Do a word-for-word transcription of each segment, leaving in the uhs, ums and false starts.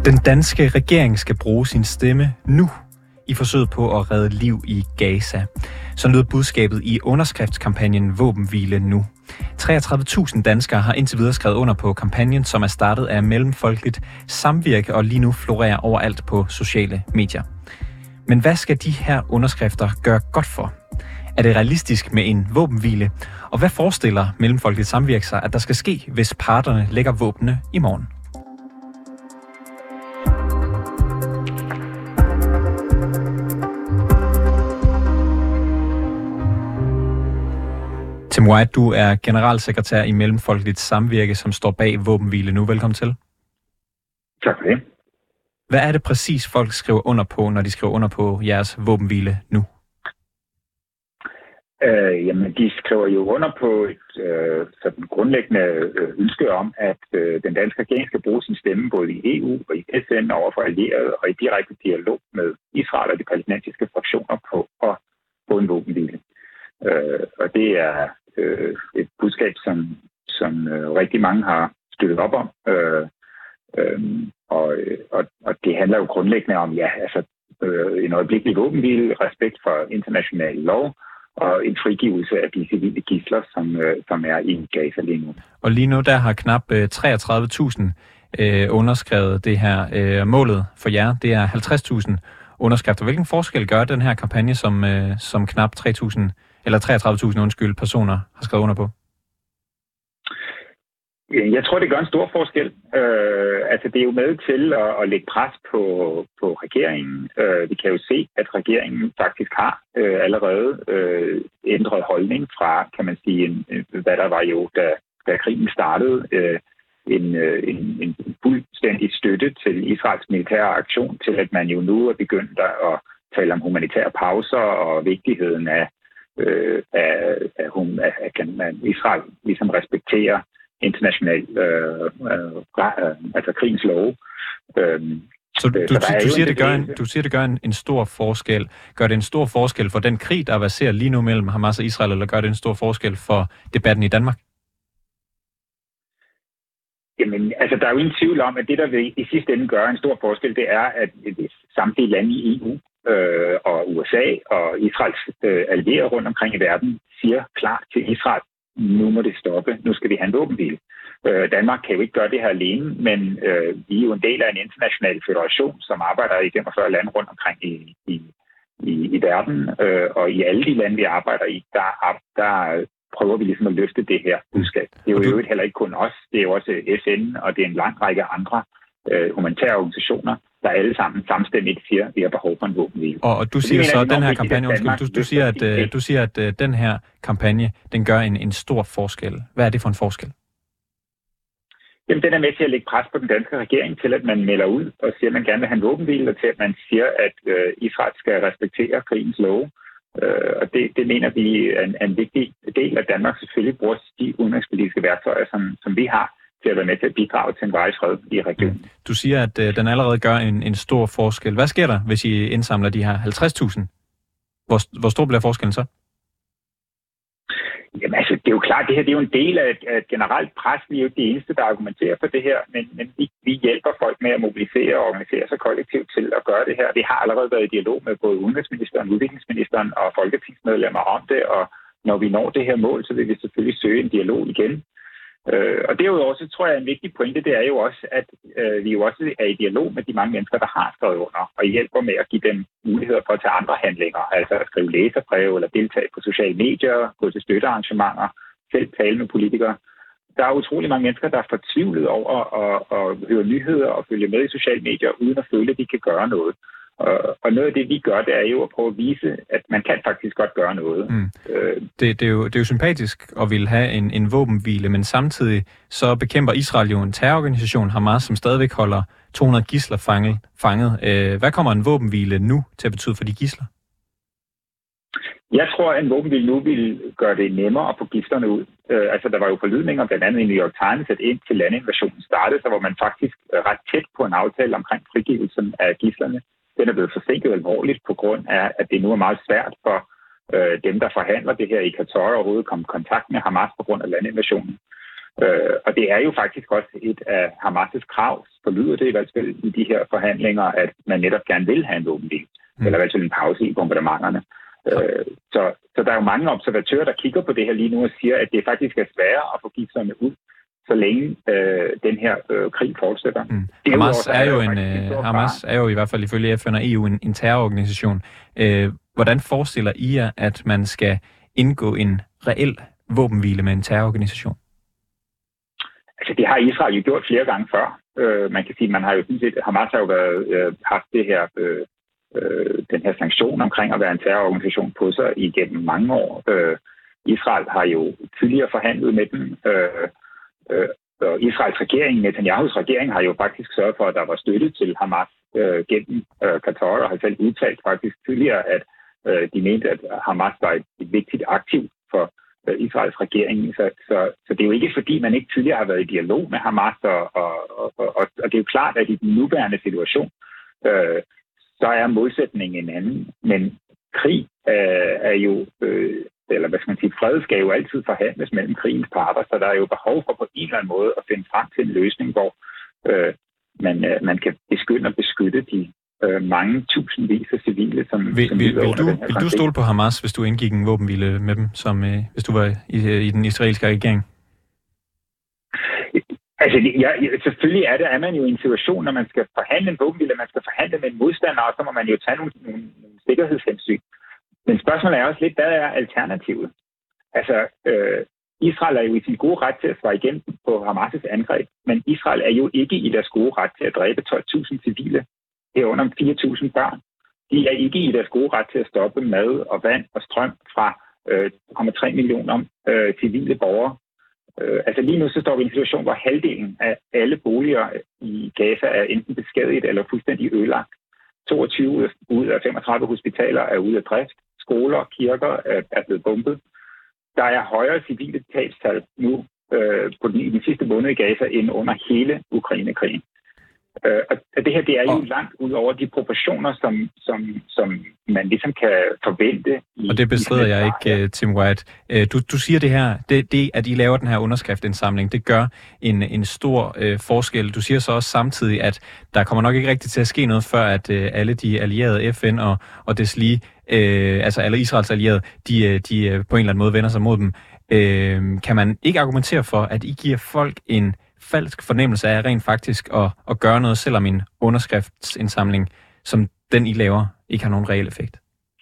Den danske regering skal bruge sin stemme nu i forsøget på at redde liv i Gaza. Så lød budskabet i underskriftskampagnen Våbenhvile nu. treogtredive tusind danskere har indtil videre skrevet under på kampagnen, som er startet af Mellemfolkeligt Samvirke og lige nu florerer overalt på sociale medier. Men hvad skal de her underskrifter gøre godt for? Er det realistisk med en våbenhvile? Og hvad forestiller Mellemfolkeligt Samvirke sig, at der skal ske, hvis parterne lægger våbnene i morgen? Tim White, du er generalsekretær i Mellemfolkeligt Samvirke, som står bag Våbenhvile nu. Velkommen til. Tak for det. Hvad er det præcis, folk skriver under på, når de skriver under på jeres Våbenhvile nu? Øh, jamen, de skriver jo under på et øh, sådan grundlæggende øh, ønske om, at øh, den danske regering skal bruge sin stemme både i E U og i S N overfor allierede og i direkte dialog med Israel og de palæstinensiske fraktioner på at få en våbenhvile. Øh, og det er øh, et budskab, som, som øh, rigtig mange har støttet op om. Øh, øh, og, og, og det handler jo grundlæggende om, ja, altså øh, en øjeblikkelig våbenhvile, respekt for international lov og en frigivelse af de civile gidsler, som, øh, som er i Gaza lige nu. Og lige nu der har knap øh, treogtredive tusind øh, underskrevet det her. Øh, målet for jer, det er halvtreds tusind underskrifter. Hvilken forskel gør den her kampagne, som, øh, som knap tre tusind eller treogtredive tusind undskyld, personer har skrevet under på? Jeg tror, det gør en stor forskel. Øh, altså, det er jo med til at, at lægge pres på, på regeringen. Øh, vi kan jo se, at regeringen faktisk har øh, allerede øh, ændret holdning fra, kan man sige, en, hvad der var jo, da, da krigen startede, øh, en, en, en fuldstændig støtte til Israels militære aktion, til at man jo nu er begyndt at tale om humanitære pauser og vigtigheden af Øh, af, af, af, af kan man Israel ligesom respektere international øh, øh, altså krigens love. Øh, så du, så du, siger, det gør en, du siger, det gør en, en stor forskel. Gør det en stor forskel for den krig, der verserer lige nu mellem Hamas og Israel, eller gør det en stor forskel for debatten i Danmark? Jamen, altså, der er jo ingen tvivl om, at det, der vil i sidste ende gøre en stor forskel, det er, at samtlige lande i E U øh, og U S A og Israels øh, allierede rundt omkring i verden siger klart til Israel, nu må det stoppe, nu skal vi have en våbenhvile. Øh, Danmark kan jo ikke gøre det her alene, men øh, vi er jo en del af en international federation, som arbejder i femogfyrre lande rundt omkring i, i, i, i verden, øh, og i alle de lande, vi arbejder i, der, der prøver vi ligesom at løfte det her budskab. Det er jo du... heller ikke kun os, det er jo også S N, og det er en lang række andre øh, humanitære organisationer, der alle sammen samstemmigt siger, at vi har behov for en våbenhvile. Og, og du siger så, at den her kampagne, undskyld, du, du siger, at, uh, du siger, at uh, den her kampagne, den gør en, en stor forskel. Hvad er det for en forskel? Jamen, den er med til at lægge pres på den danske regering til, at man melder ud og siger, at man gerne vil have en våbenhvile, og til at man siger, at uh, Israel skal respektere krigens love. Uh, og det, det mener vi er en, en vigtig del af Danmark selvfølgelig bruger de udenrigspolitiske værktøjer, som, som vi har, til at være med til at bidrage til en varig fred i regionen. Du siger, at uh, den allerede gør en, en stor forskel. Hvad sker der, hvis I indsamler de her halvtreds tusind? Hvor, hvor stor bliver forskellen så? Jamen altså, det er jo klart, det her det er jo en del af et, af et generelt pres. Vi er jo de eneste, der argumenterer for det her, men, men vi, vi hjælper folk med at mobilisere og organisere sig kollektivt til at gøre det her. Vi har allerede været i dialog med både udenrigsministeren, udviklingsministeren og folketingsmedlemmer om det, og når vi når det her mål, så vil vi selvfølgelig søge en dialog igen. Øh, og derudover så tror jeg, at en vigtig pointe, det er jo også, at øh, vi jo også er i dialog med de mange mennesker, der har skrevet under, og hjælper med at give dem muligheder for at tage andre handlinger, altså at skrive læserbreve eller deltage på sociale medier, gå til støttearrangementer, selv tale med politikere. Der er utrolig mange mennesker, der er fortvivlet over at, at høre nyheder og følge med i sociale medier, uden at føle, at de kan gøre noget. Og noget af det, vi gør, det er jo at prøve at vise, at man kan faktisk godt gøre noget. Mm. Øh. Det, det, er jo, det er jo sympatisk at ville have en, en våbenhvile, men samtidig så bekæmper Israel jo en terrororganisation, Hamas, som stadigvæk holder to hundrede gidsler fanget. fanget. Hvad kommer en våbenhvile nu til at betyde for de gidsler? Jeg tror, at en våbenhvile nu vil gøre det nemmere at få gidslerne ud. Øh, altså, der var jo forlydninger, blandt andet i New York Times, at indtil landinvasionen startede, så var man faktisk ret tæt på en aftale omkring frigivelsen af gidslerne. Den er blevet forsinket alvorligt på grund af, at det nu er meget svært for øh, dem, der forhandler det her i Qatar overhovedet, komme i kontakt med Hamas på grund af landinvasionen. Øh, og det er jo faktisk også et af Hamas' krav, forlyder det i hvert fald i de her forhandlinger, at man netop gerne vil have en våbenhvile, mm. eller i hvert fald en pause i bombardementerne. Øh, så, så der er jo mange observatører, der kigger på det her lige nu og siger, at det faktisk er sværere at få gidslerne ud, så længe øh, den her øh, krig fortsætter. Mm. Hamas er, er jo en øh, Hamas er jo i hvert fald ifølge F N og E U en, en terrororganisation. Øh, hvordan forestiller I jer, at man skal indgå en reel våbenhvile med en terrororganisation? Altså, det har Israel jo gjort flere gange før. Øh, man kan sige, man har jo sådan set, Hamas har jo været, øh, haft det her, øh, øh, den her sanktion omkring at være en terrororganisation på sig igennem mange år. Øh, Israel har jo tidligere forhandlet med dem. Øh, øh, og Israels regering, Netanyahus regering, har jo faktisk sørget for, at der var støtte til Hamas øh, gennem øh, Qatar, og har selv udtalt faktisk tidligere, at øh, de mente, at Hamas var et, et vigtigt aktiv for Israels regering. Så, så, så det er jo ikke, fordi man ikke tidligere har været i dialog med Hamas, og, og, og, og, og det er jo klart, at i den nuværende situation, øh, så er modsætningen en anden. Men krig øh, er jo, øh, eller hvad skal man sige, fred skal jo altid forhandles mellem krigens parter, så der er jo behov for på en eller anden måde at finde frem til en løsning, hvor øh, man, øh, man kan beskytte og beskytte de Øh, mange tusindvis af civile, som... Vil, som vil, vil, du, vil du stole på Hamas, hvis du indgik en våbenhvile med dem, som øh, hvis du var i, i den israelske regering? Altså, ja, selvfølgelig er det, er man jo i en situation, når man skal forhandle en våbenhvile, man skal forhandle med en modstander, og så må man jo tage nogle, nogle, nogle sikkerhedshensyn. Men spørgsmålet er også lidt, hvad er alternativet? Altså, øh, Israel er jo i sin gode ret til at svare igen på Hamas' angreb, men Israel er jo ikke i deres gode ret til at dræbe tolv tusind civile. Det er under fire tusind børn. De er ikke i deres gode ret til at stoppe mad og vand og strøm fra øh, to komma tre millioner øh, civile borgere. Øh, altså lige nu så står vi i en situation, hvor halvdelen af alle boliger i Gaza er enten beskadiget eller fuldstændig ødelagt. toogtyve ud af femogtredive hospitaler er ude af drift. Skoler og kirker er, er blevet bombet. Der er højere civile tabstal nu øh, på den, i den sidste måned i Gaza end under hele Ukraine-krigen. Øh, og det her, det er jo langt ud over de proportioner, som, som, som man ligesom kan forvente. I, og det bestrider jeg ikke, uh, Tim White. Uh, du, du siger det her, det, det, at I laver den her underskriftindsamling, det gør en, en stor uh, forskel. Du siger så også samtidig, at der kommer nok ikke rigtigt til at ske noget, før at uh, alle de allierede, F N og, og deslige, uh, altså alle Israels allierede, de, de uh, på en eller anden måde vender sig mod dem. Uh, kan man ikke argumentere for, at I giver folk en falsk fornemmelse af rent faktisk at, at gøre noget, selvom en underskriftsindsamling, som den I laver, ikke har nogen reel effekt?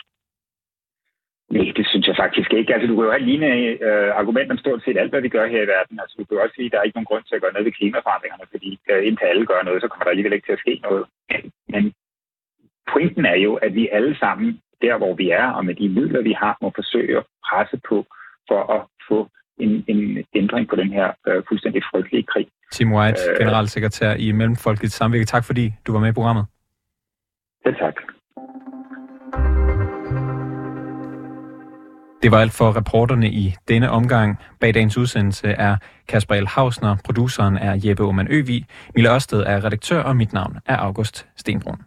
Nej, det synes jeg faktisk ikke. Altså, du kan jo have lignende øh, argumenter om stort set alt, hvad vi gør her i verden. Altså, du kan jo også sige, at der er ikke nogen grund til at gøre noget ved klimaforandringerne, fordi øh, indtil alle gør noget, så kommer der alligevel ikke til at ske noget. Men pointen er jo, at vi alle sammen, der hvor vi er, og med de midler, vi har, må forsøge at presse på for at få En, en ændring på den her øh, fuldstændig frygtelige krig. Tim White, øh, generalsekretær i Mellemfolkeligt Samvirke. Tak fordi du var med i programmet. Ja, tak. Det var alt for reporterne i denne omgang. Bag dagens udsendelse er Kasper L. Hausner, produceren er Jeppe Aumann Øvig, Mille Ørsted er redaktør, og mit navn er August Stenbrun.